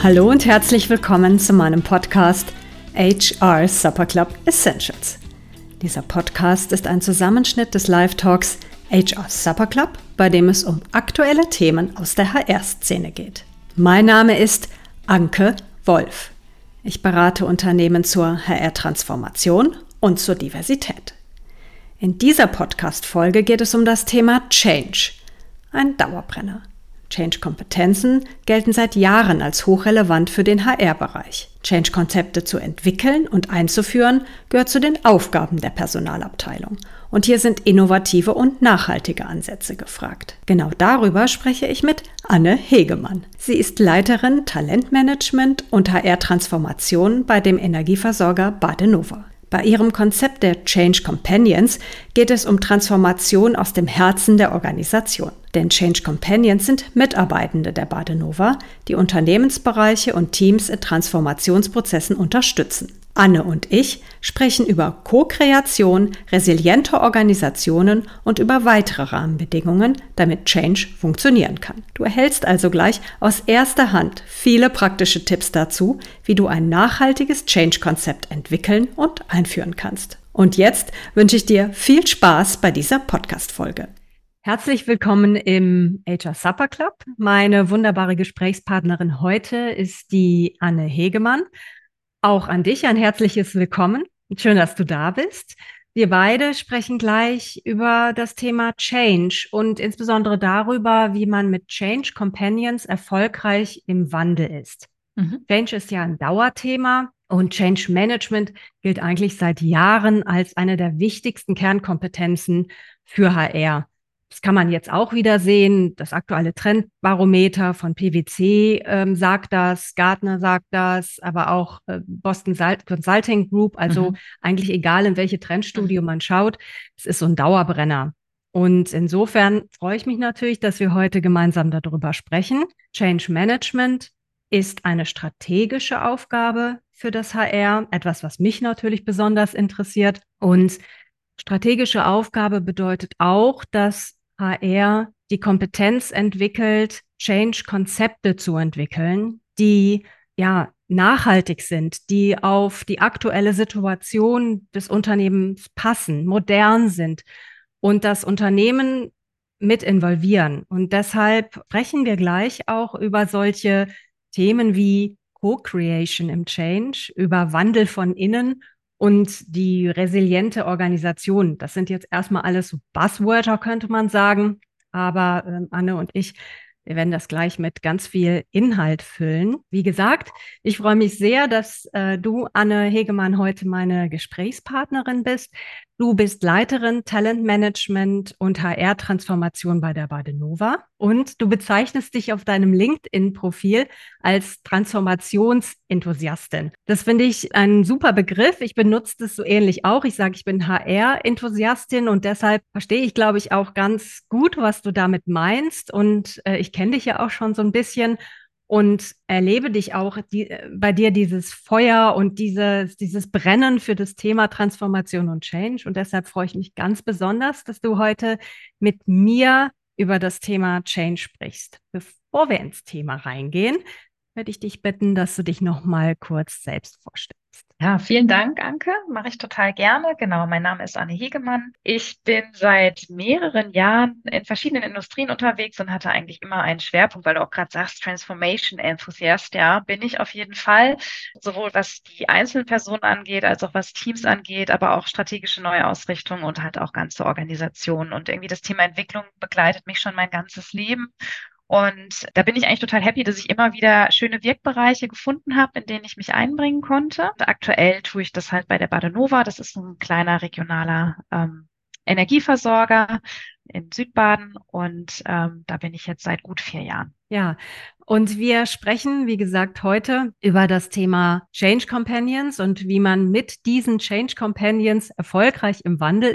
Hallo und herzlich willkommen zu meinem Podcast HR Supper Club Essentials. Dieser Podcast ist ein Zusammenschnitt des Live-Talks HR Supper Club, bei dem es um aktuelle Themen aus der HR-Szene geht. Mein Name ist Anke Wolf. Ich berate Unternehmen zur HR-Transformation und zur Diversität. In dieser Podcast-Folge geht es um das Thema Change, ein Dauerbrenner. Change-Kompetenzen gelten seit Jahren als hochrelevant für den HR-Bereich. Change-Konzepte zu entwickeln und einzuführen gehört zu den Aufgaben der Personalabteilung. Und hier sind innovative und nachhaltige Ansätze gefragt. Genau darüber spreche ich mit Anne Hegemann. Sie ist Leiterin Talentmanagement und HR-Transformation bei dem Energieversorger Badenova. Bei ihrem Konzept der Change Companions geht es um Transformation aus dem Herzen der Organisation. Denn Change Companions sind Mitarbeitende der Badenova, die Unternehmensbereiche und Teams in Transformationsprozessen unterstützen. Anne und ich sprechen über Co-Kreation, resiliente Organisationen und über weitere Rahmenbedingungen, damit Change funktionieren kann. Du erhältst also gleich aus erster Hand viele praktische Tipps dazu, wie du ein nachhaltiges Change-Konzept entwickeln und einführen kannst. Und jetzt wünsche ich dir viel Spaß bei dieser Podcast-Folge. Herzlich willkommen im HR Supper Club. Meine wunderbare Gesprächspartnerin heute ist die Anne Hegemann. Auch an dich ein herzliches Willkommen. Schön, dass du da bist. Wir beide sprechen gleich über das Thema Change und insbesondere darüber, wie man mit Change Companions erfolgreich im Wandel ist. Change ist ja ein Dauerthema und Change Management gilt eigentlich seit Jahren als eine der wichtigsten Kernkompetenzen für HR. Das kann man jetzt auch wieder sehen. Das aktuelle Trendbarometer von PwC sagt das, Gartner sagt das, aber auch Boston Consulting Group. Also eigentlich egal, in welche Trendstudie man schaut, es ist so ein Dauerbrenner. Und insofern freue ich mich natürlich, dass wir heute gemeinsam darüber sprechen. Change Management ist eine strategische Aufgabe für das HR, etwas, was mich natürlich besonders interessiert. Und strategische Aufgabe bedeutet auch, dass HR die Kompetenz entwickelt, Change-Konzepte zu entwickeln, die nachhaltig sind, die auf die aktuelle Situation des Unternehmens passen, modern sind und das Unternehmen mit involvieren. Und deshalb sprechen wir gleich auch über solche Themen wie Co-Creation im Change, über Wandel von innen und die resiliente Organisation. Das sind jetzt erstmal alles so Buzzwörter, könnte man sagen. Aber Anne und ich, wir werden das gleich mit ganz viel Inhalt füllen. Wie gesagt, ich freue mich sehr, dass du, Anne Hegemann, heute meine Gesprächspartnerin bist. Du bist Leiterin Talentmanagement und HR-Transformation bei der Badenova und du bezeichnest dich auf deinem LinkedIn-Profil als Transformationsenthusiastin. Das finde ich ein super Begriff. Ich benutze das so ähnlich auch. Ich sage, ich bin HR-Enthusiastin und deshalb verstehe ich, glaube ich, auch ganz gut, was du damit meinst. Und ich kenne dich ja auch schon so ein bisschen und erlebe dich auch bei dir dieses Feuer und dieses Brennen für das Thema Transformation und Change. Und deshalb freue ich mich ganz besonders, dass du heute mit mir über das Thema Change sprichst. Bevor wir ins Thema reingehen, werde ich dich bitten, dass du dich noch mal kurz selbst vorstellst. Ja, vielen Dank, Anke. Mache ich total gerne. Genau, mein Name ist Anne Hegemann. Ich bin seit mehreren Jahren in verschiedenen Industrien unterwegs und hatte eigentlich immer einen Schwerpunkt, weil du auch gerade sagst, Transformation Enthusiast. Ja, bin ich auf jeden Fall. Sowohl was die einzelnen Personen angeht, als auch was Teams angeht, aber auch strategische Neuausrichtung und halt auch ganze Organisationen. Und irgendwie das Thema Entwicklung begleitet mich schon mein ganzes Leben. Und da bin ich eigentlich total happy, dass ich immer wieder schöne Wirkbereiche gefunden habe, in denen ich mich einbringen konnte. Und aktuell tue ich das halt bei der Badenova. Das ist ein kleiner regionaler Energieversorger in Südbaden. Und da bin ich jetzt seit gut 4 Jahren. Ja, und wir sprechen, wie gesagt, heute über das Thema Change Companions und wie man mit diesen Change Companions erfolgreich im Wandel ist.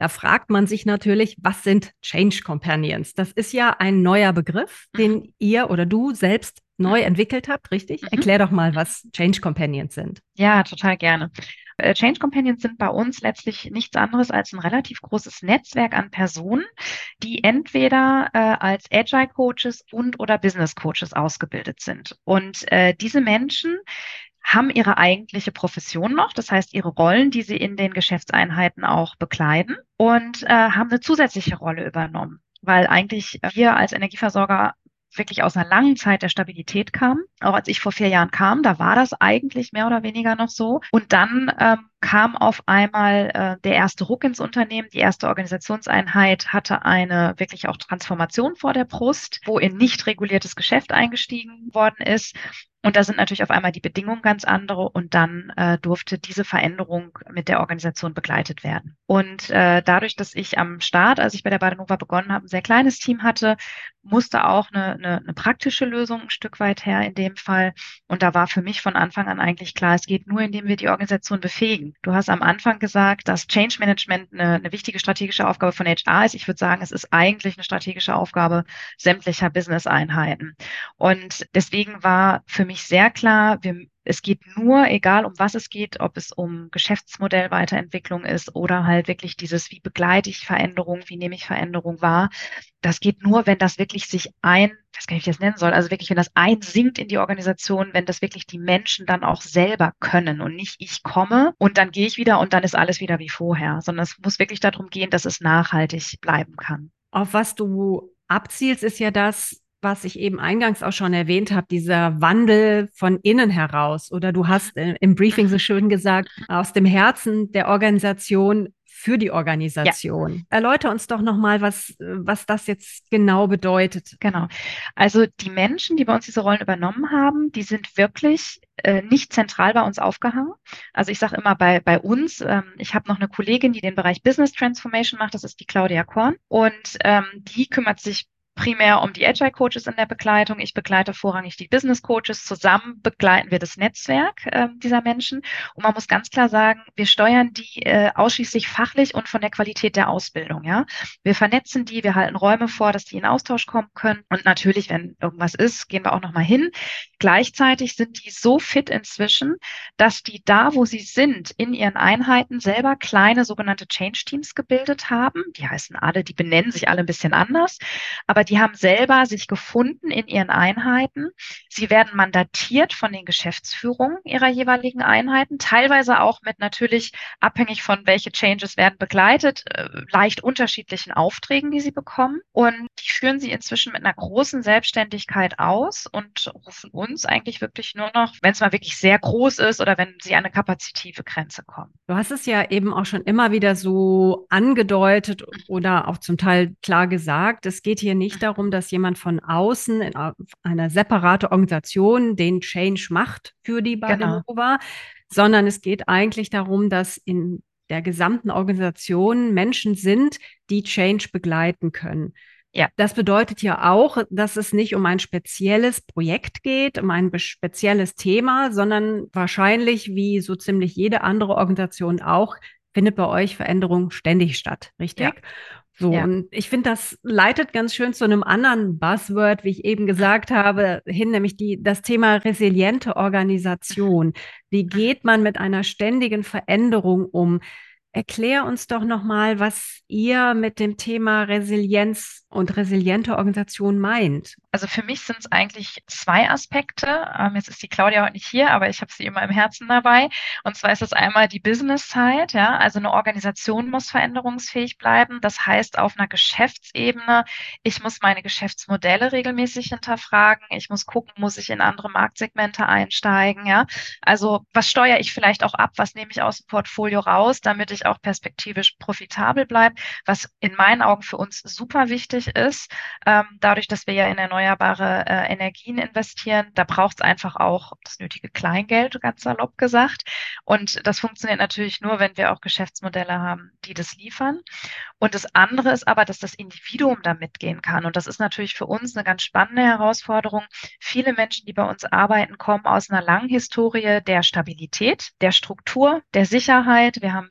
Da fragt man sich natürlich, was sind Change Companions? Das ist ja ein neuer Begriff, den ihr oder du selbst neu entwickelt habt, richtig? Mhm. Erklär doch mal, was Change Companions sind. Ja, total gerne. Change Companions sind bei uns letztlich nichts anderes als ein relativ großes Netzwerk an Personen, die entweder als Agile Coaches und oder Business Coaches ausgebildet sind. Und diese Menschen haben ihre eigentliche Profession noch, das heißt ihre Rollen, die sie in den Geschäftseinheiten auch bekleiden und haben eine zusätzliche Rolle übernommen, weil eigentlich wir als Energieversorger wirklich aus einer langen Zeit der Stabilität kamen. Auch als ich vor 4 Jahren kam, da war das eigentlich mehr oder weniger noch so. Und dann kam auf einmal der erste Ruck ins Unternehmen. Die erste Organisationseinheit hatte eine wirklich auch Transformation vor der Brust, wo in nicht reguliertes Geschäft eingestiegen worden ist. Und da sind natürlich auf einmal die Bedingungen ganz andere und dann durfte diese Veränderung mit der Organisation begleitet werden. Und dadurch, dass ich am Start, als ich bei der Badenova begonnen habe, ein sehr kleines Team hatte, musste auch eine praktische Lösung ein Stück weit her in dem Fall. Und da war für mich von Anfang an eigentlich klar, es geht nur, indem wir die Organisation befähigen. Du hast am Anfang gesagt, dass Change Management eine wichtige strategische Aufgabe von HR ist. Ich würde sagen, es ist eigentlich eine strategische Aufgabe sämtlicher Business-Einheiten. Und deswegen war für mich sehr klar, es geht nur, egal um was es geht, ob es um Geschäftsmodellweiterentwicklung ist oder halt wirklich dieses, wie begleite ich Veränderung, wie nehme ich Veränderung wahr. Das geht nur, wenn das wirklich sich ich weiß gar nicht, wie ich das nennen soll, also wirklich, wenn das einsinkt in die Organisation, wenn das wirklich die Menschen dann auch selber können und nicht ich komme und dann gehe ich wieder und dann ist alles wieder wie vorher, sondern es muss wirklich darum gehen, dass es nachhaltig bleiben kann. Auf was du abzielst, ist ja das, was ich eben eingangs auch schon erwähnt habe, dieser Wandel von innen heraus. Oder du hast im Briefing so schön gesagt, aus dem Herzen der Organisation für die Ja, Organisation. Erläuter uns doch nochmal, was das jetzt genau bedeutet. genau. Also die Menschen, die bei uns diese Rollen übernommen haben, die sind wirklich nicht zentral bei uns aufgehangen. Also ich sage immer bei uns, ich habe noch eine Kollegin, die den Bereich Business Transformation macht, das ist die Claudia Korn. Und die kümmert sich primär um die Agile Coaches in der Begleitung. Ich begleite vorrangig die Business Coaches. Zusammen begleiten wir das Netzwerk dieser Menschen. Und man muss ganz klar sagen, wir steuern die ausschließlich fachlich und von der Qualität der Ausbildung. Ja, wir vernetzen die, wir halten Räume vor, dass die in Austausch kommen können. Und natürlich, wenn irgendwas ist, gehen wir auch noch mal hin. Gleichzeitig sind die so fit inzwischen, dass die da, wo sie sind, in ihren Einheiten selber kleine sogenannte Change Teams gebildet haben. Die heißen alle, die benennen sich alle ein bisschen anders, aber die haben selber sich gefunden in ihren Einheiten. Sie werden mandatiert von den Geschäftsführungen ihrer jeweiligen Einheiten, teilweise auch mit natürlich abhängig von welche Changes werden begleitet, leicht unterschiedlichen Aufträgen, die sie bekommen. Und die führen sie inzwischen mit einer großen Selbstständigkeit aus und rufen uns eigentlich wirklich nur noch, wenn es mal wirklich sehr groß ist oder wenn sie an eine kapazitive Grenze kommen. Du hast es ja eben auch schon immer wieder so angedeutet oder auch zum Teil klar gesagt. Es geht hier nicht darum, dass jemand von außen in eine separate Organisation den Change macht für die Genau. Badenova, sondern es geht eigentlich darum, dass in der gesamten Organisation Menschen sind, die Change begleiten können. Ja. Das bedeutet ja auch, dass es nicht um ein spezielles Projekt geht, um ein spezielles Thema, sondern wahrscheinlich, wie so ziemlich jede andere Organisation auch, findet bei euch Veränderung ständig statt, Ja. richtig? So, Ja. und ich finde, das leitet ganz schön zu einem anderen Buzzword, wie ich eben gesagt habe, hin, nämlich das Thema resiliente Organisation. Wie geht man mit einer ständigen Veränderung um? Erklär uns doch nochmal, was ihr mit dem Thema Resilienz und resiliente Organisation meint. Also für mich sind es eigentlich zwei Aspekte. Jetzt ist die Claudia heute nicht hier, aber ich habe sie immer im Herzen dabei. Und zwar ist es einmal die Business-Side, ja. Also eine Organisation muss veränderungsfähig bleiben. Das heißt, auf einer Geschäftsebene, ich muss meine Geschäftsmodelle regelmäßig hinterfragen. Ich muss gucken, muss ich in andere Marktsegmente einsteigen, ja. Also was steuere ich vielleicht auch ab? Was nehme ich aus dem Portfolio raus, damit ich auch perspektivisch profitabel bleibe? Was in meinen Augen für uns super wichtig ist, dadurch, dass wir ja in erneuerbare Energien investieren, da braucht es einfach auch das nötige Kleingeld, ganz salopp gesagt. Und das funktioniert natürlich nur, wenn wir auch Geschäftsmodelle haben, die das liefern. Und das andere ist aber, dass das Individuum da mitgehen kann. Und das ist natürlich für uns eine ganz spannende Herausforderung. Viele Menschen, die bei uns arbeiten, kommen aus einer langen Historie der Stabilität, der Struktur, der Sicherheit. Wir haben viele,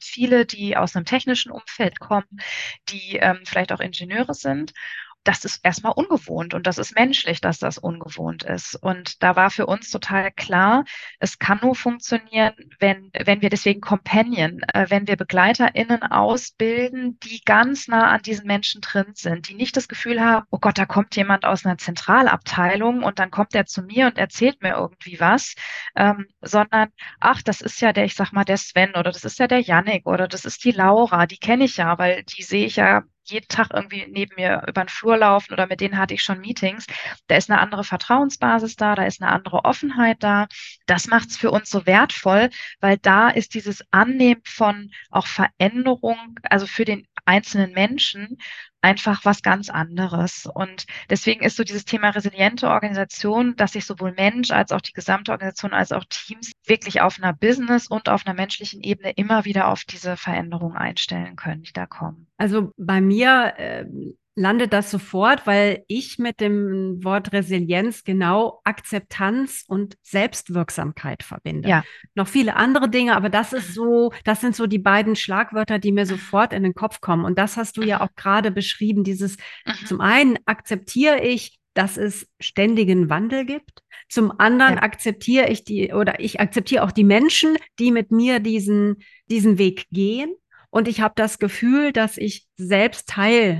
viele, die aus einem technischen Umfeld kommen, die vielleicht auch Ingenieure sind. Das ist erstmal ungewohnt und das ist menschlich, dass das ungewohnt ist. Und da war für uns total klar, es kann nur funktionieren, wenn wir deswegen Companion, wenn wir BegleiterInnen ausbilden, die ganz nah an diesen Menschen drin sind, die nicht das Gefühl haben, oh Gott, da kommt jemand aus einer Zentralabteilung und dann kommt er zu mir und erzählt mir irgendwie was, sondern, ach, das ist ja der, ich sag mal, der Sven oder das ist ja der Yannick oder das ist die Laura, die kenne ich ja, weil die sehe ich ja jeden Tag irgendwie neben mir über den Flur laufen oder mit denen hatte ich schon Meetings. Da ist eine andere Vertrauensbasis da ist eine andere Offenheit da. Das macht es für uns so wertvoll, weil da ist dieses Annehmen von auch Veränderung, also für den einzelnen Menschen, einfach was ganz anderes. Und deswegen ist so dieses Thema resiliente Organisation, dass sich sowohl Mensch als auch die gesamte Organisation als auch Teams wirklich auf einer Business- und auf einer menschlichen Ebene immer wieder auf diese Veränderungen einstellen können, die da kommen. Also bei mir landet das sofort, weil ich mit dem Wort Resilienz genau Akzeptanz und Selbstwirksamkeit verbinde. Ja. Noch viele andere Dinge, aber das ist Mhm. so, das sind so die beiden Schlagwörter, die mir sofort in den Kopf kommen. Und das hast du ja Mhm. auch gerade beschrieben, dieses, Mhm. zum einen akzeptiere ich, dass es ständigen Wandel gibt. Zum anderen Ja. akzeptiere ich ich akzeptiere auch die Menschen, die mit mir diesen Weg gehen. Und ich habe das Gefühl, dass ich selbst Teil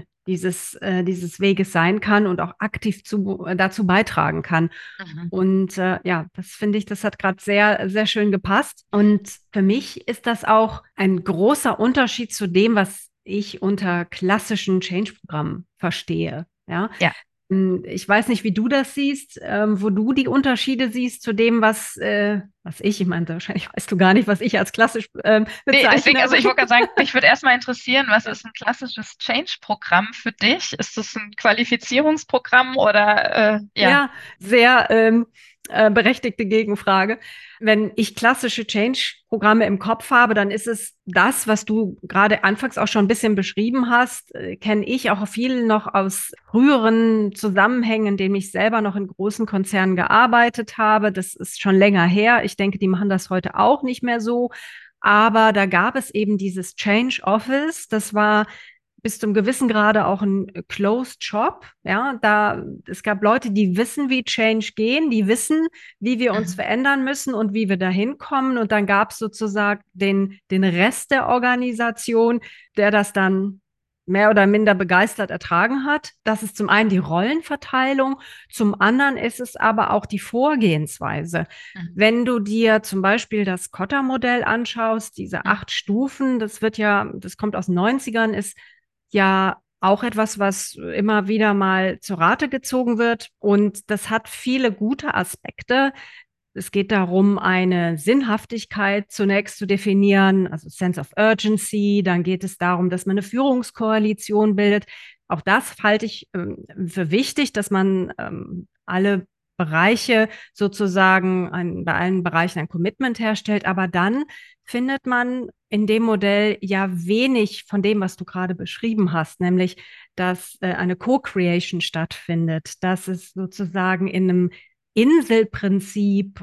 dieses Weges sein kann und auch aktiv dazu beitragen kann. Mhm. Und ja, das finde ich, das hat gerade sehr, sehr schön gepasst. Und für mich ist das auch ein großer Unterschied zu dem, was ich unter klassischen Change-Programmen verstehe. Ja, Ja. ich weiß nicht, wie du das siehst, wo du die Unterschiede siehst zu dem, was ich meine, wahrscheinlich weißt du gar nicht, was ich als klassisch Nee, deswegen, bezeichne. also ich wollte gerade sagen, mich würde erstmal interessieren, was ist ein klassisches Change-Programm für dich? Ist das ein Qualifizierungsprogramm oder ja? Ja, sehr berechtigte Gegenfrage. Wenn ich klassische Change-Programme im Kopf habe, dann ist es das, was du gerade anfangs auch schon ein bisschen beschrieben hast, kenne ich auch viel noch aus früheren Zusammenhängen, in denen ich selber noch in großen Konzernen gearbeitet habe. Das ist schon länger her. Ich denke, die machen das heute auch nicht mehr so. Aber da gab es eben dieses Change Office. Das war bis zum gewissen Grade auch ein Closed Shop. Ja, es gab Leute, die wissen, wie Change gehen, die wissen, wie wir uns Mhm. verändern müssen und wie wir dahin kommen. Und dann gab es sozusagen den Rest der Organisation, der das dann mehr oder minder begeistert ertragen hat. Das ist zum einen die Rollenverteilung, zum anderen ist es aber auch die Vorgehensweise. Mhm. Wenn du dir zum Beispiel das Kotter-Modell anschaust, diese Mhm. 8 Stufen, das kommt aus den 90ern, ist ja auch etwas, was immer wieder mal zur Rate gezogen wird. Und das hat viele gute Aspekte. Es geht darum, eine Sinnhaftigkeit zunächst zu definieren, also Sense of Urgency. Dann geht es darum, dass man eine Führungskoalition bildet. Auch das halte ich für wichtig, dass man alle Bereiche sozusagen bei allen Bereichen ein Commitment herstellt. Aber dann findet man in dem Modell ja wenig von dem, was du gerade beschrieben hast, nämlich, dass eine Co-Creation stattfindet, dass es sozusagen in einem Inselprinzip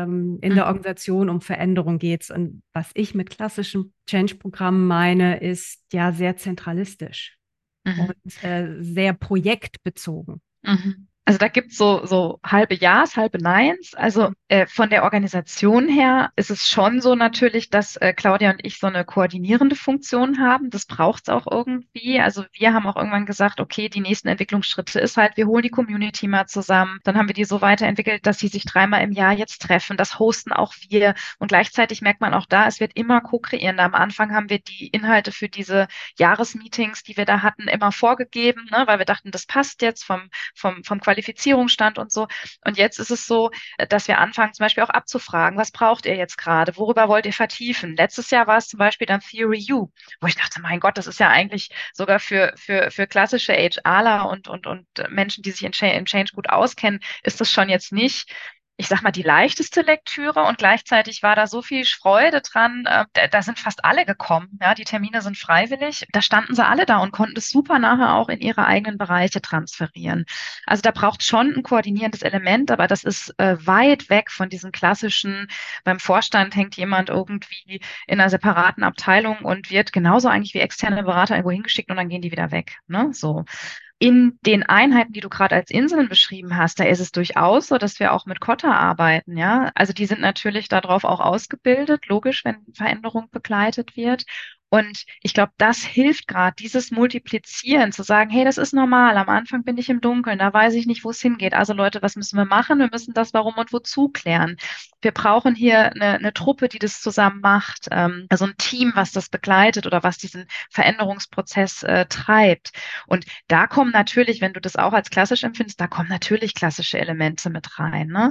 in der Mhm. Organisation um Veränderung geht. Und was ich mit klassischen Change-Programmen meine, ist ja sehr zentralistisch und Mhm. sehr projektbezogen. Mhm. Also da gibt's so halbe Ja's, halbe Neins. Also von der Organisation her ist es schon so natürlich, dass Claudia und ich so eine koordinierende Funktion haben. Das braucht's auch irgendwie. Also wir haben auch irgendwann gesagt, okay, die nächsten Entwicklungsschritte ist halt, wir holen die Community mal zusammen. Dann haben wir die so weiterentwickelt, dass sie sich 3-mal im Jahr jetzt treffen. Das hosten auch wir. Und gleichzeitig merkt man auch da, es wird immer co-kreierender. Am Anfang haben wir die Inhalte für diese Jahresmeetings, die wir da hatten, immer vorgegeben, ne, weil wir dachten, das passt jetzt vom Qualifizierungsstand und so. Und jetzt ist es so, dass wir anfangen, zum Beispiel auch abzufragen, was braucht ihr jetzt gerade? Worüber wollt ihr vertiefen? Letztes Jahr war es zum Beispiel dann Theory U, wo ich dachte, mein Gott, das ist ja eigentlich sogar für klassische HRler und Menschen, die sich im Change gut auskennen, ist das schon jetzt nicht ich sag mal, die leichteste Lektüre und gleichzeitig war da so viel Freude dran. Da sind fast alle gekommen. Ja, die Termine sind freiwillig. Da standen sie alle da und konnten das super nachher auch in ihre eigenen Bereiche transferieren. Also da braucht schon ein koordinierendes Element, aber das ist weit weg von diesen klassischen, beim Vorstand hängt jemand irgendwie in einer separaten Abteilung und wird genauso eigentlich wie externe Berater irgendwo hingeschickt und dann gehen die wieder weg. Ne? So. In den Einheiten, die du gerade als Inseln beschrieben hast, da ist es durchaus so, dass wir auch mit Kotter arbeiten, ja. Also die sind natürlich darauf auch ausgebildet, logisch, wenn Veränderung begleitet wird. Und ich glaube, das hilft gerade, dieses Multiplizieren, zu sagen, hey, das ist normal, am Anfang bin ich im Dunkeln, da weiß ich nicht, wo es hingeht. Also Leute, was müssen wir machen? Wir müssen das Warum und Wozu klären. Wir brauchen hier eine Truppe, die das zusammen macht, also ein Team, was das begleitet oder was diesen Veränderungsprozess treibt. Und da kommen natürlich, wenn du das auch als klassisch empfindest, da kommen natürlich klassische Elemente mit rein. Ne?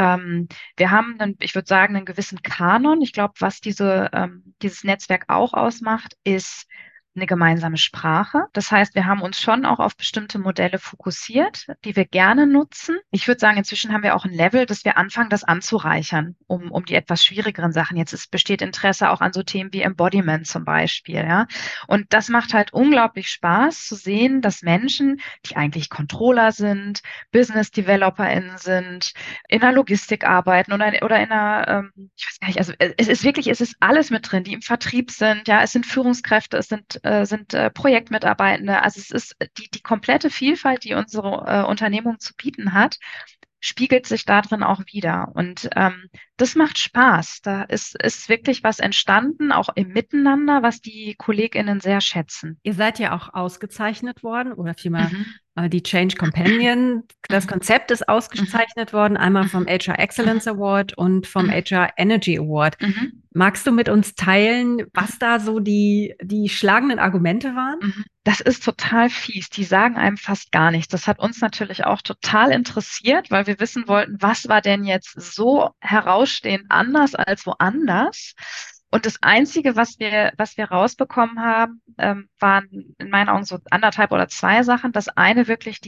Wir haben, ich würde sagen, einen gewissen Kanon. Ich glaube, was dieses Netzwerk auch ausmacht, ist eine gemeinsame Sprache. Das heißt, wir haben uns schon auch auf bestimmte Modelle fokussiert, die wir gerne nutzen. Ich würde sagen, inzwischen haben wir auch ein Level, dass wir anfangen, das anzureichern, um die etwas schwierigeren Sachen. Besteht Interesse auch an so Themen wie Embodiment zum Beispiel, ja. Und das macht halt unglaublich Spaß zu sehen, dass Menschen, die eigentlich Controller sind, Business DeveloperInnen sind, in der Logistik arbeiten oder in einer, ich weiß gar nicht, also es ist alles mit drin, die im Vertrieb sind, ja, es sind Führungskräfte, es sind Projektmitarbeitende, also es ist die komplette Vielfalt, die unsere Unternehmung zu bieten hat, spiegelt sich darin auch wieder. Und das macht Spaß. Da ist wirklich was entstanden, auch im Miteinander, was die KollegInnen sehr schätzen. Ihr seid ja auch ausgezeichnet worden oder vielmehr Mhm. die Change Companion. Das Mhm. Konzept ist Mhm. ausgezeichnet worden, einmal vom Mhm. HR Excellence Award und vom Mhm. HR Energy Award. Mhm. Magst du mit uns teilen, Mhm. was da so die schlagenden Argumente waren? Mhm. Das ist total fies. Die sagen einem fast gar nichts. Das hat uns natürlich auch total interessiert, weil wir wissen wollten, was war denn jetzt so herausstehend anders als woanders? Und das Einzige, was wir rausbekommen haben, waren in meinen Augen so anderthalb oder zwei Sachen. Das eine wirklich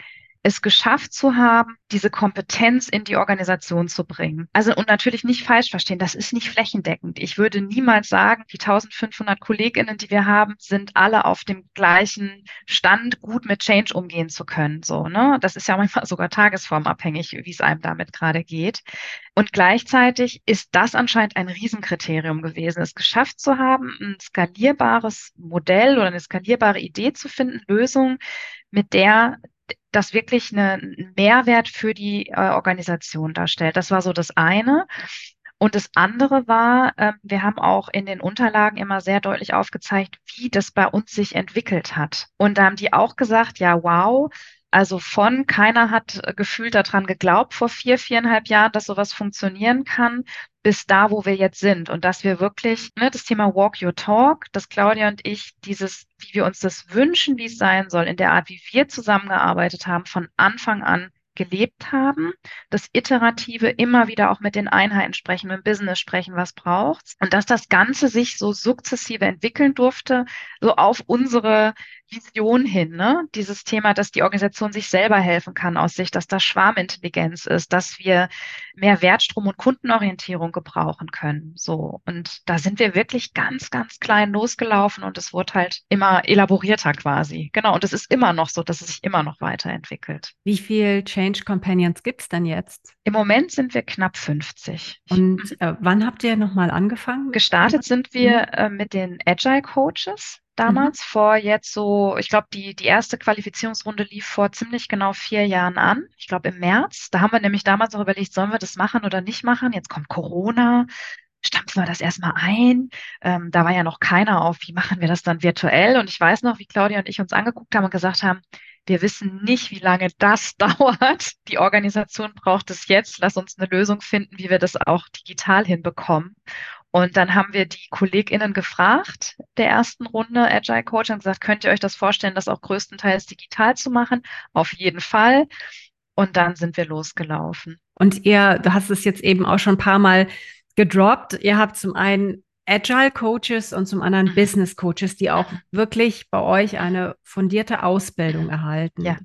es geschafft zu haben, diese Kompetenz in die Organisation zu bringen. Also, und natürlich nicht falsch verstehen, das ist nicht flächendeckend. Ich würde niemals sagen, die 1500 KollegInnen, die wir haben, sind alle auf dem gleichen Stand, gut mit Change umgehen zu können. So, ne? Das ist ja manchmal sogar tagesformabhängig, wie es einem damit gerade geht. Und gleichzeitig ist das anscheinend ein Riesenkriterium gewesen, es geschafft zu haben, ein skalierbares Modell oder eine skalierbare Idee zu finden, Lösung, mit der das wirklich einen Mehrwert für die Organisation darstellt. Das war so das eine. Und das andere war, wir haben auch in den Unterlagen immer sehr deutlich aufgezeigt, wie das bei uns sich entwickelt hat. Und da haben die auch gesagt, ja, wow, also keiner hat gefühlt daran geglaubt vor 4,5 Jahren, dass sowas funktionieren kann, bis da, wo wir jetzt sind. Und dass wir wirklich, ne, das Thema Walk Your Talk, dass Claudia und ich wie wir uns das wünschen, wie es sein soll, in der Art, wie wir zusammengearbeitet haben, von Anfang an gelebt haben, das Iterative immer wieder auch mit den Einheiten sprechen, mit dem Business sprechen, was braucht's, und dass das Ganze sich so sukzessive entwickeln durfte, so auf unsere Vision hin, ne? Dieses Thema, dass die Organisation sich selber helfen kann aus Sicht, dass das Schwarmintelligenz ist, dass wir mehr Wertstrom und Kundenorientierung gebrauchen können. So. Und da sind wir wirklich ganz, ganz klein losgelaufen und es wurde halt immer elaborierter quasi. Genau. Und es ist immer noch so, dass es sich immer noch weiterentwickelt. Wie viel Change Companions gibt es denn jetzt? Im Moment sind wir knapp 50. Und wann habt ihr nochmal angefangen? Gestartet sind Mhm. wir mit den Agile Coaches Mhm. damals, vor jetzt so, ich glaube, die erste Qualifizierungsrunde lief vor ziemlich genau 4 Jahren an. Ich glaube im März. Da haben wir nämlich damals noch überlegt, sollen wir das machen oder nicht machen? Jetzt kommt Corona. Stampfen wir das erstmal ein. Da war ja noch keiner auf, wie machen wir das dann virtuell? Und ich weiß noch, wie Claudia und ich uns angeguckt haben und gesagt haben, wir wissen nicht, wie lange das dauert. Die Organisation braucht es jetzt. Lass uns eine Lösung finden, wie wir das auch digital hinbekommen. Und dann haben wir die KollegInnen gefragt, der ersten Runde Agile Coach, und gesagt, könnt ihr euch das vorstellen, das auch größtenteils digital zu machen? Auf jeden Fall. Und dann sind wir losgelaufen. Und du hast es jetzt eben auch schon ein paar Mal gedroppt. Ihr habt zum einen Agile Coaches und zum anderen Mhm. Business Coaches, die auch Mhm. wirklich bei euch Mhm. eine fundierte Ausbildung Mhm. Ja. erhalten.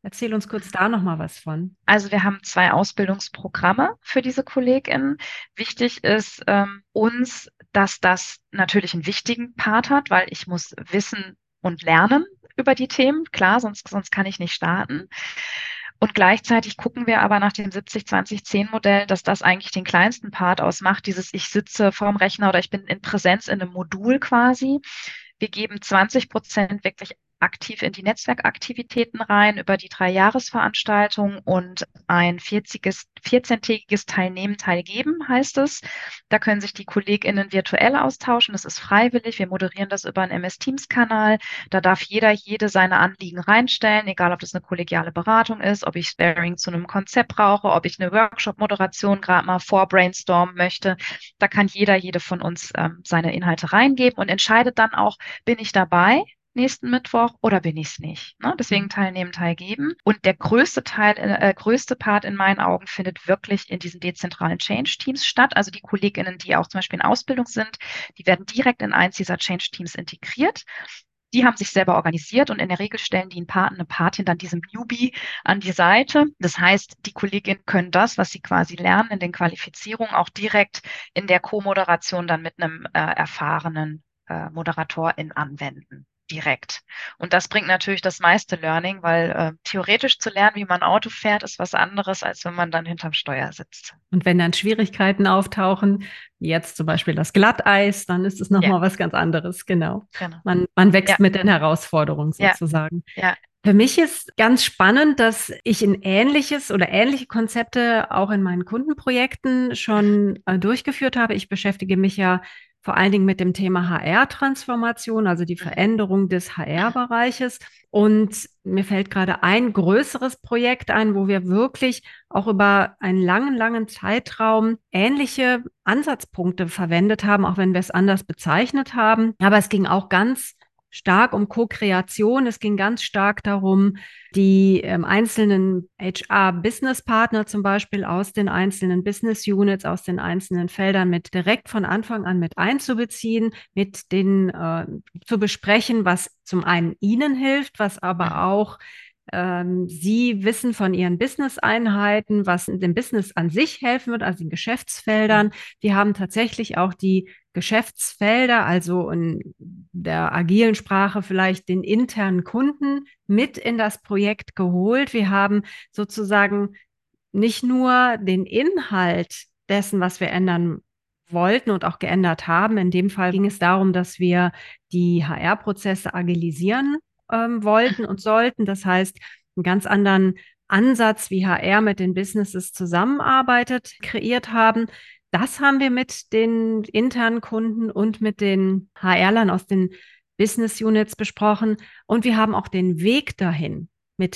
Erzähl uns kurz da nochmal was von. Also wir haben 2 Ausbildungsprogramme für diese KollegInnen. Wichtig ist uns, dass das natürlich einen wichtigen Part hat, weil ich muss wissen und lernen über die Themen. Klar, sonst kann ich nicht starten. Und gleichzeitig gucken wir aber nach dem 70-20-10-Modell, dass das eigentlich den kleinsten Part ausmacht, dieses ich sitze vorm Rechner oder ich bin in Präsenz in einem Modul quasi. Wir geben 20% wirklich aktiv in die Netzwerkaktivitäten rein über die 3 Jahresveranstaltungen und ein 14-tägiges Teilnehmen, Teilgeben heißt es. Da können sich die KollegInnen virtuell austauschen. Das ist freiwillig. Wir moderieren das über einen MS-Teams-Kanal. Da darf jede seine Anliegen reinstellen, egal ob das eine kollegiale Beratung ist, ob ich Sparing zu einem Konzept brauche, ob ich eine Workshop-Moderation gerade mal vorbrainstormen möchte. Da kann jede von uns seine Inhalte reingeben und entscheidet dann auch, bin ich dabei nächsten Mittwoch oder bin ich es nicht? Ne? Deswegen teilnehmen, teilgeben. Und der größte Part in meinen Augen findet wirklich in diesen dezentralen Change-Teams statt. Also die KollegInnen, die auch zum Beispiel in Ausbildung sind, die werden direkt in eins dieser Change-Teams integriert. Die haben sich selber organisiert und in der Regel stellen die eine Patin dann diesem Newbie an die Seite. Das heißt, die Kolleginnen können das, was sie quasi lernen in den Qualifizierungen, auch direkt in der Co-Moderation dann mit einem erfahrenen Moderatorin anwenden. Direkt. Und das bringt natürlich das meiste Learning, weil theoretisch zu lernen, wie man Auto fährt, ist was anderes, als wenn man dann hinterm Steuer sitzt. Und wenn dann Schwierigkeiten auftauchen, wie jetzt zum Beispiel das Glatteis, dann ist es Ja, nochmal was ganz anderes, genau. genau. Man wächst Ja, mit den Herausforderungen ja, sozusagen. ja. Für mich ist ganz spannend, dass ich in ähnliches oder ähnliche Konzepte auch in meinen Kundenprojekten schon durchgeführt habe. Ich beschäftige mich ja vor allen Dingen mit dem Thema HR-Transformation, also die Veränderung des HR-Bereiches. Und mir fällt gerade ein größeres Projekt ein, wo wir wirklich auch über einen langen Zeitraum ähnliche Ansatzpunkte verwendet haben, auch wenn wir es anders bezeichnet haben. Aber es ging auch ganz stark um Co-Kreation. Es ging ganz stark darum, die einzelnen HR-Business-Partner zum Beispiel aus den einzelnen Business-Units, aus den einzelnen Feldern mit direkt von Anfang an mit einzubeziehen, mit denen zu besprechen, was zum einen ihnen hilft, was aber auch Sie wissen von Ihren Business-Einheiten, was dem Business an sich helfen wird, also den Geschäftsfeldern. Wir haben tatsächlich auch die Geschäftsfelder, also in der agilen Sprache vielleicht den internen Kunden mit in das Projekt geholt. Wir haben sozusagen nicht nur den Inhalt dessen, was wir ändern wollten und auch geändert haben. In dem Fall ging es darum, dass wir die HR-Prozesse agilisieren wollten und sollten. Das heißt, einen ganz anderen Ansatz, wie HR mit den Businesses zusammenarbeitet, kreiert haben. Das haben wir mit den internen Kunden und mit den HR-Lern aus den Business Units besprochen. Und wir haben auch den Weg dahin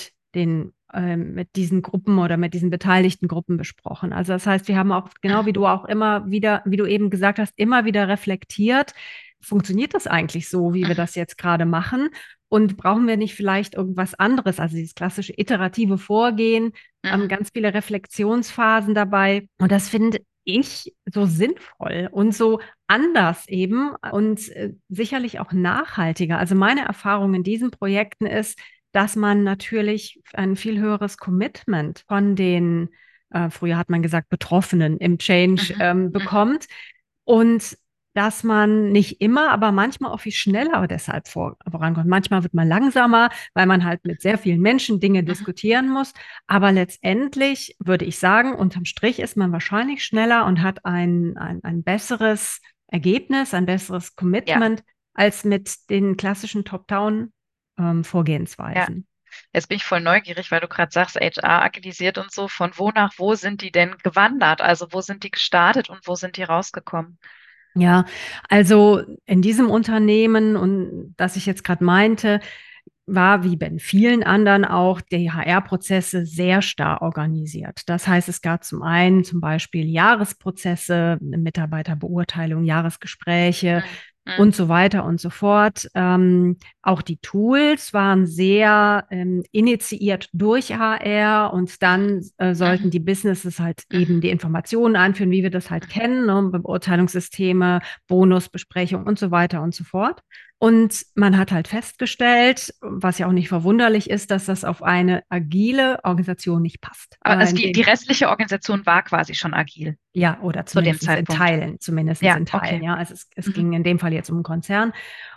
mit diesen Gruppen oder mit diesen beteiligten Gruppen besprochen. Also das heißt, wir haben auch, genau wie du auch immer wieder, wie du eben gesagt hast, immer wieder reflektiert, funktioniert das eigentlich so, wie wir das jetzt gerade machen? Und brauchen wir nicht vielleicht irgendwas anderes? Also dieses klassische iterative Vorgehen, ganz viele Reflexionsphasen dabei. Und das finde ich so sinnvoll und so anders eben und sicherlich auch nachhaltiger. Also meine Erfahrung in diesen Projekten ist, dass man natürlich ein viel höheres Commitment von den, früher hat man gesagt, Betroffenen im Change bekommt und dass man nicht immer, aber manchmal auch viel schneller deshalb vorankommt. Manchmal wird man langsamer, weil man halt mit sehr vielen Menschen Dinge diskutieren muss. Aber letztendlich würde ich sagen, unterm Strich ist man wahrscheinlich schneller und hat ein besseres Ergebnis, ein besseres Ja. Commitment als mit den klassischen Top-Down Ja, Vorgehensweisen. jetzt bin ich voll neugierig, weil du gerade sagst, HR agilisiert und so. Von wo nach wo sind die denn gewandert? Also wo sind die gestartet und wo sind die rausgekommen? Ja, also in diesem Unternehmen und das ich jetzt gerade meinte, war wie bei vielen anderen auch die HR-Prozesse sehr starr organisiert. Das heißt, es gab zum einen zum Beispiel Jahresprozesse, Mitarbeiterbeurteilung, Jahresgespräche und so weiter und so fort. Auch die Tools waren sehr initiiert durch HR und dann sollten die Businesses halt eben die Informationen einführen, wie wir das halt kennen, ne? Beurteilungssysteme, Bonusbesprechung und so weiter und so fort. Und man hat halt festgestellt, was ja auch nicht verwunderlich ist, dass das auf eine agile Organisation nicht passt. Aber also die restliche Organisation war quasi schon agil Ja, oder zu dem Zeitpunkt. zumindest Ja, in Teilen, okay. ja. Also es Mhm. ging in dem Fall jetzt um einen Konzern,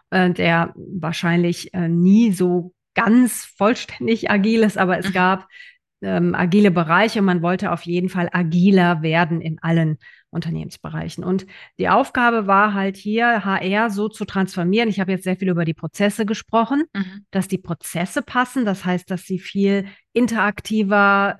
der wahrscheinlich nie so ganz vollständig agil ist, aber es Mhm. gab agile Bereiche. Man wollte auf jeden Fall agiler werden in allen Unternehmensbereichen. Und die Aufgabe war halt hier, HR so zu transformieren. Ich habe jetzt sehr viel über die Prozesse gesprochen, Mhm. dass die Prozesse passen. Das heißt, dass sie viel interaktiver,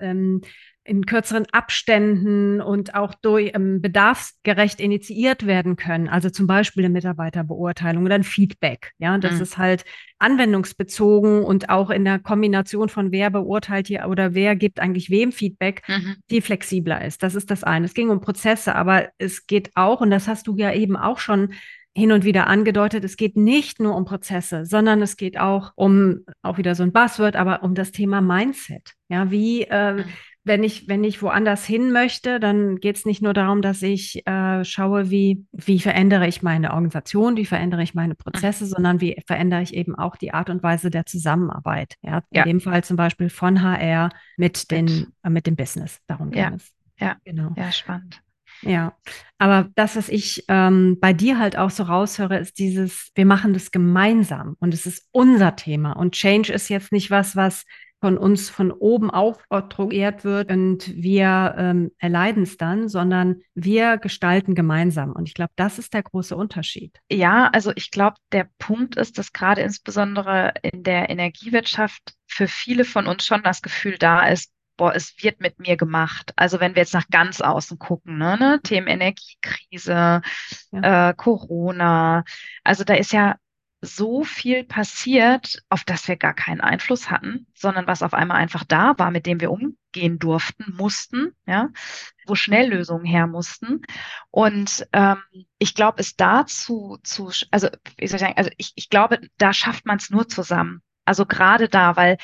in kürzeren Abständen und auch durch bedarfsgerecht initiiert werden können. Also zum Beispiel eine Mitarbeiterbeurteilung oder ein Feedback. Ja, das Mhm. ist halt anwendungsbezogen und auch in der Kombination von wer beurteilt hier oder wer gibt eigentlich wem Feedback, Mhm. die flexibler ist. Das ist das eine. Es ging um Prozesse, aber es geht auch, und das hast du ja eben auch schon hin und wieder angedeutet, es geht nicht nur um Prozesse, sondern es geht auch um, auch wieder so ein Buzzword, aber um das Thema Mindset. Ja, wie Mhm. wenn ich woanders hin möchte, dann geht es nicht nur darum, dass ich schaue, wie verändere ich meine Organisation, wie verändere ich meine Mhm. Prozesse, sondern wie verändere ich eben auch die Art und Weise der Zusammenarbeit. Ja, in Ja, dem Fall zum Beispiel von HR mit. mit dem Business. Darum ging Ja, es. ja, Genau. ja, spannend. Ja, aber das, was ich bei dir halt auch so raushöre, ist dieses, wir machen das gemeinsam und es ist unser Thema. Und Change ist jetzt nicht was, was von uns von oben aufoktroyiert wird und wir erleiden es dann, sondern wir gestalten gemeinsam. Und ich glaube, das ist der große Unterschied. Ja, also ich glaube, der Punkt ist, dass gerade insbesondere in der Energiewirtschaft für viele von uns schon das Gefühl da ist, boah, es wird mit mir gemacht. Also wenn wir jetzt nach ganz außen gucken, ne, Themen Energiekrise, Ja. Corona, also da ist ja so viel passiert, auf das wir gar keinen Einfluss hatten, sondern was auf einmal einfach da war, mit dem wir umgehen durften, mussten, ja, wo Schnelllösungen her mussten. Und ich glaube, es dazu also wie soll ich sagen, also ich glaube, da schafft man es nur zusammen. Also gerade da, weil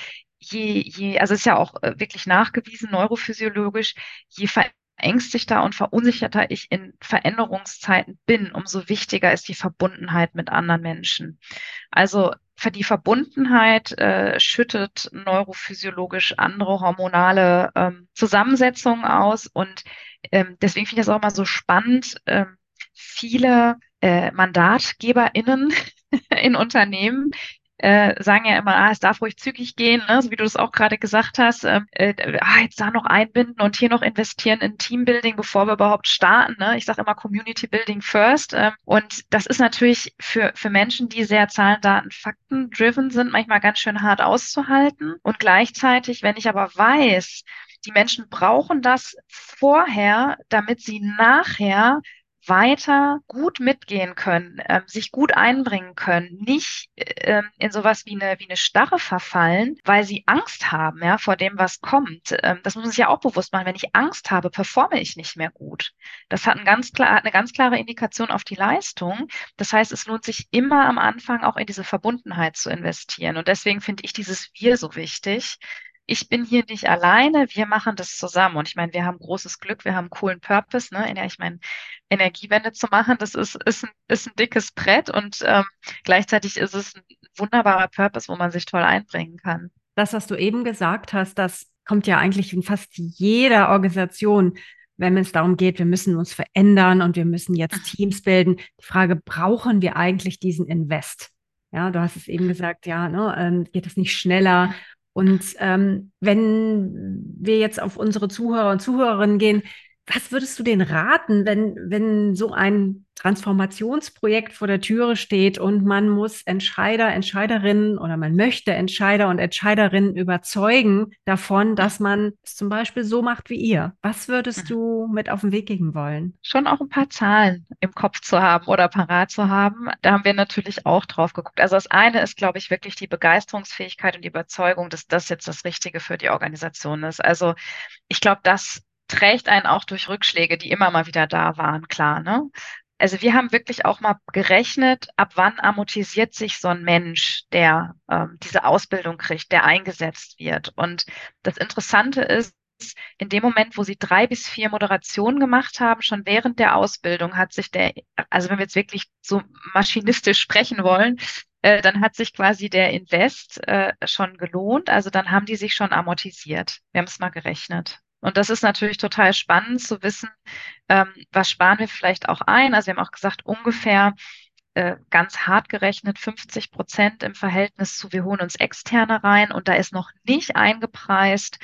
also es ist ja auch wirklich nachgewiesen, neurophysiologisch, je verängstigter und verunsicherter ich in Veränderungszeiten bin, umso wichtiger ist die Verbundenheit mit anderen Menschen. Also für die Verbundenheit schüttet neurophysiologisch andere hormonale Zusammensetzungen aus und deswegen finde ich das auch immer so spannend. Viele MandatgeberInnen in Unternehmen sagen ja immer, es darf ruhig zügig gehen, ne? So wie du das auch gerade gesagt hast. Jetzt da noch einbinden und hier noch investieren in Teambuilding, bevor wir überhaupt starten. Ne? Ich sage immer Community Building first. Und das ist natürlich für Menschen, die sehr Zahlen, Daten, Fakten driven sind, manchmal ganz schön hart auszuhalten. Und gleichzeitig, wenn ich aber weiß, die Menschen brauchen das vorher, damit sie nachher weiter gut mitgehen können, sich gut einbringen können, nicht in sowas wie eine Starre verfallen, weil sie Angst haben, ja, vor dem, was kommt. Das muss man sich ja auch bewusst machen. Wenn ich Angst habe, performe ich nicht mehr gut. Das hat eine ganz klare Indikation auf die Leistung. Das heißt, es lohnt sich immer am Anfang auch in diese Verbundenheit zu investieren. Und deswegen finde ich dieses Wir so wichtig. Ich bin hier nicht alleine, wir machen das zusammen. Und ich meine, wir haben großes Glück, wir haben einen coolen Purpose, ne? Ich meine, Energiewende zu machen, ist ein dickes Brett und gleichzeitig ist es ein wunderbarer Purpose, wo man sich toll einbringen kann. Das, was du eben gesagt hast, das kommt ja eigentlich in fast jeder Organisation, wenn es darum geht, wir müssen uns verändern und wir müssen jetzt Mhm. Teams bilden. Die Frage, brauchen wir eigentlich diesen Invest? Ja, du hast es eben gesagt, ja, ne, geht es nicht schneller? Und wenn wir jetzt auf unsere Zuhörer und Zuhörerinnen gehen, was würdest du denen raten, wenn so ein Transformationsprojekt vor der Türe steht und man muss Entscheider, Entscheiderinnen oder man möchte Entscheider und Entscheiderinnen überzeugen davon, dass man es zum Beispiel so macht wie ihr? Was würdest Mhm. du mit auf den Weg geben wollen? Schon auch ein paar Zahlen im Kopf zu haben oder parat zu haben. Da haben wir natürlich auch drauf geguckt. Also das eine ist, glaube ich, wirklich die Begeisterungsfähigkeit und die Überzeugung, dass das jetzt das Richtige für die Organisation ist. Also ich glaube, das trägt einen auch durch Rückschläge, die immer mal wieder da waren, klar, ne? Also wir haben wirklich auch mal gerechnet, ab wann amortisiert sich so ein Mensch, der diese Ausbildung kriegt, der eingesetzt wird. Und das Interessante ist, in dem Moment, wo sie 3 bis 4 Moderationen gemacht haben, schon während der Ausbildung hat sich also wenn wir jetzt wirklich so maschinistisch sprechen wollen, dann hat sich quasi der Invest schon gelohnt. Also dann haben die sich schon amortisiert. Wir haben es mal gerechnet. Und das ist natürlich total spannend zu wissen, was sparen wir vielleicht auch ein. Also wir haben auch gesagt, ungefähr ganz hart gerechnet 50% im Verhältnis zu, wir holen uns Externe rein, und da ist noch nicht eingepreist,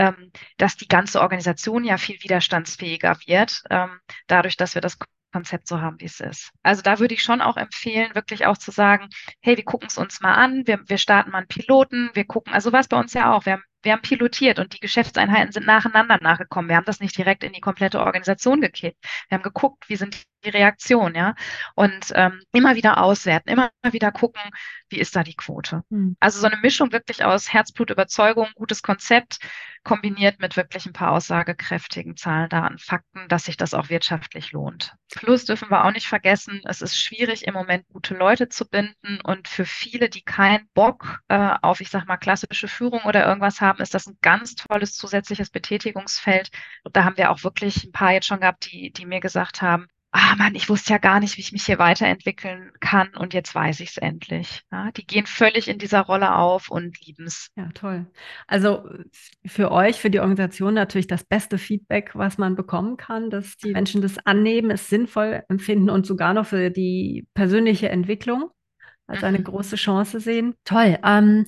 dass die ganze Organisation ja viel widerstandsfähiger wird, dadurch, dass wir das Konzept so haben, wie es ist. Also da würde ich schon auch empfehlen, wirklich auch zu sagen, hey, wir gucken es uns mal an, wir starten mal einen Piloten, wir gucken, also was bei uns ja auch, wir haben pilotiert und die Geschäftseinheiten sind nacheinander nachgekommen. Wir haben das nicht direkt in die komplette Organisation gekippt. Wir haben geguckt, wie sind die Reaktionen, ja, und immer wieder auswerten, immer wieder gucken, wie ist da die Quote. Also so eine Mischung wirklich aus Herzblut, Überzeugung, gutes Konzept, kombiniert mit wirklich ein paar aussagekräftigen Zahlen, Daten, Fakten, dass sich das auch wirtschaftlich lohnt. Plus dürfen wir auch nicht vergessen, es ist schwierig im Moment gute Leute zu binden, und für viele, die keinen Bock auf, ich sag mal, klassische Führung oder irgendwas haben, ist das ein ganz tolles zusätzliches Betätigungsfeld. Und da haben wir auch wirklich ein paar jetzt schon gehabt, die mir gesagt haben, Mann, ich wusste ja gar nicht, wie ich mich hier weiterentwickeln kann, und jetzt weiß ich es endlich. Ja, die gehen völlig in dieser Rolle auf und lieben es. Ja, toll. Also für euch, für die Organisation natürlich das beste Feedback, was man bekommen kann, dass die Menschen das annehmen, es sinnvoll empfinden und sogar noch für die persönliche Entwicklung als eine große Chance sehen. Toll.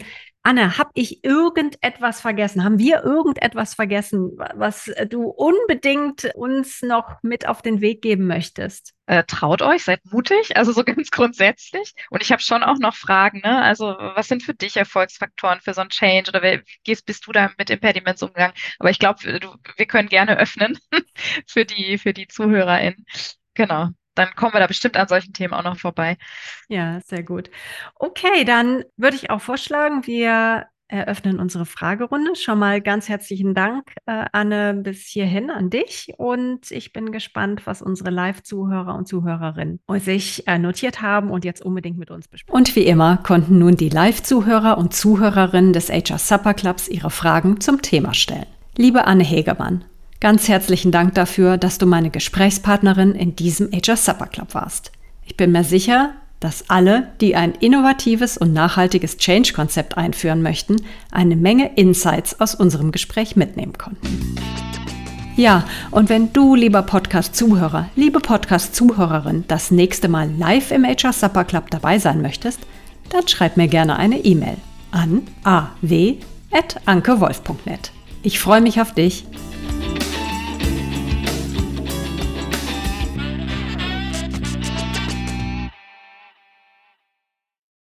Anne, habe ich irgendetwas vergessen? Haben wir irgendetwas vergessen, was du unbedingt uns noch mit auf den Weg geben möchtest? Traut euch, seid mutig, also so ganz grundsätzlich. Und ich habe schon auch noch Fragen, ne? Also was sind für dich Erfolgsfaktoren für so ein Change, oder bist du da mit Impediments umgegangen? Aber ich glaube, wir können gerne öffnen für die ZuhörerInnen. Genau. Dann kommen wir da bestimmt an solchen Themen auch noch vorbei. Ja, sehr gut. Okay, dann würde ich auch vorschlagen, wir eröffnen unsere Fragerunde. Schon mal ganz herzlichen Dank, Anne, bis hierhin an dich. Und ich bin gespannt, was unsere Live-Zuhörer und Zuhörerinnen sich notiert haben und jetzt unbedingt mit uns besprechen. Und wie immer konnten nun die Live-Zuhörer und Zuhörerinnen des HR Supper Clubs ihre Fragen zum Thema stellen. Liebe Anne Hegemann, ganz herzlichen Dank dafür, dass du meine Gesprächspartnerin in diesem HR Supper Club warst. Ich bin mir sicher, dass alle, die ein innovatives und nachhaltiges Change-Konzept einführen möchten, eine Menge Insights aus unserem Gespräch mitnehmen konnten. Ja, und wenn du, lieber Podcast-Zuhörer, liebe Podcast-Zuhörerin, das nächste Mal live im HR Supper Club dabei sein möchtest, dann schreib mir gerne eine E-Mail an aw@ankewolf.net. Ich freue mich auf dich.